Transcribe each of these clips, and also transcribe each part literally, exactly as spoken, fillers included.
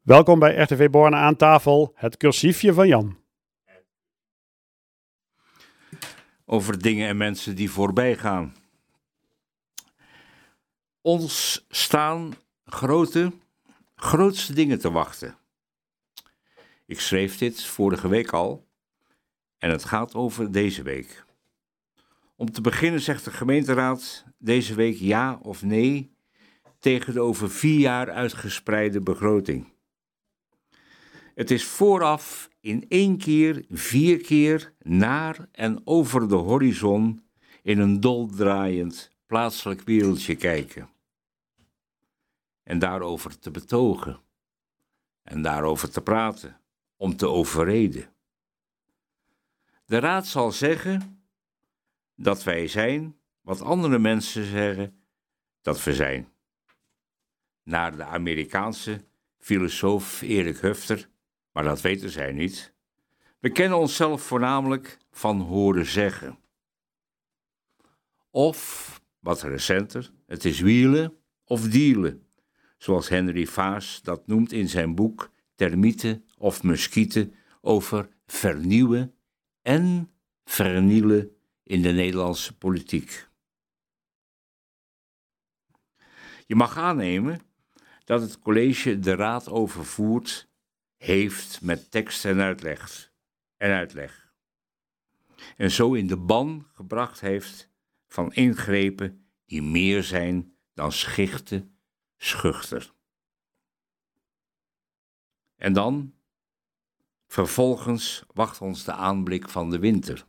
Welkom bij R T V Borne aan tafel, het cursiefje van Jan. Over dingen en mensen die voorbij gaan. Ons staan grote, grootste dingen te wachten. Ik schreef dit vorige week al en het gaat over deze week. Om te beginnen zegt de gemeenteraad deze week ja of nee tegen de over vier jaar uitgespreide begroting. Het is vooraf in één keer, vier keer naar en over de horizon in een doldraaiend plaatselijk wereldje kijken. En daarover te betogen. En daarover te praten, om te overreden. De raad zal zeggen dat wij zijn wat andere mensen zeggen dat we zijn. Naar de Amerikaanse filosoof Erik Hufter, maar dat weten zij niet. We kennen onszelf voornamelijk van horen zeggen. Of, wat recenter, het is wielen of dealen, zoals Henry Vaas dat noemt in zijn boek Termieten of Muskieten over vernieuwen en vernielen in de Nederlandse politiek. Je mag aannemen dat het college de raad overvoert heeft met tekst en uitleg, en uitleg. En zo in de ban gebracht heeft van ingrepen die meer zijn dan schichte, schuchter. En dan, vervolgens wacht ons de aanblik van de winter.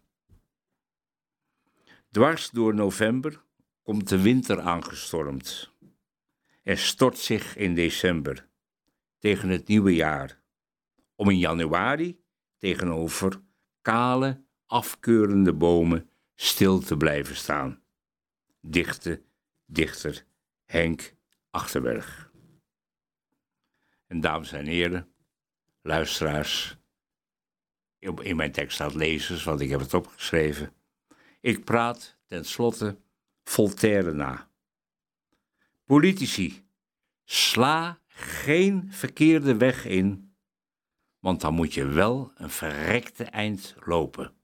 Dwars door november komt de winter aangestormd en stort zich in december tegen het nieuwe jaar. Om in januari tegenover kale, afkeurende bomen stil te blijven staan. Dichte, dichter Henk Achterberg. En dames en heren, luisteraars, in mijn tekst staat lezers, want ik heb het opgeschreven. Ik praat tenslotte Voltaire na. Politici, sla geen verkeerde weg in, want dan moet je wel een verrekte eind lopen.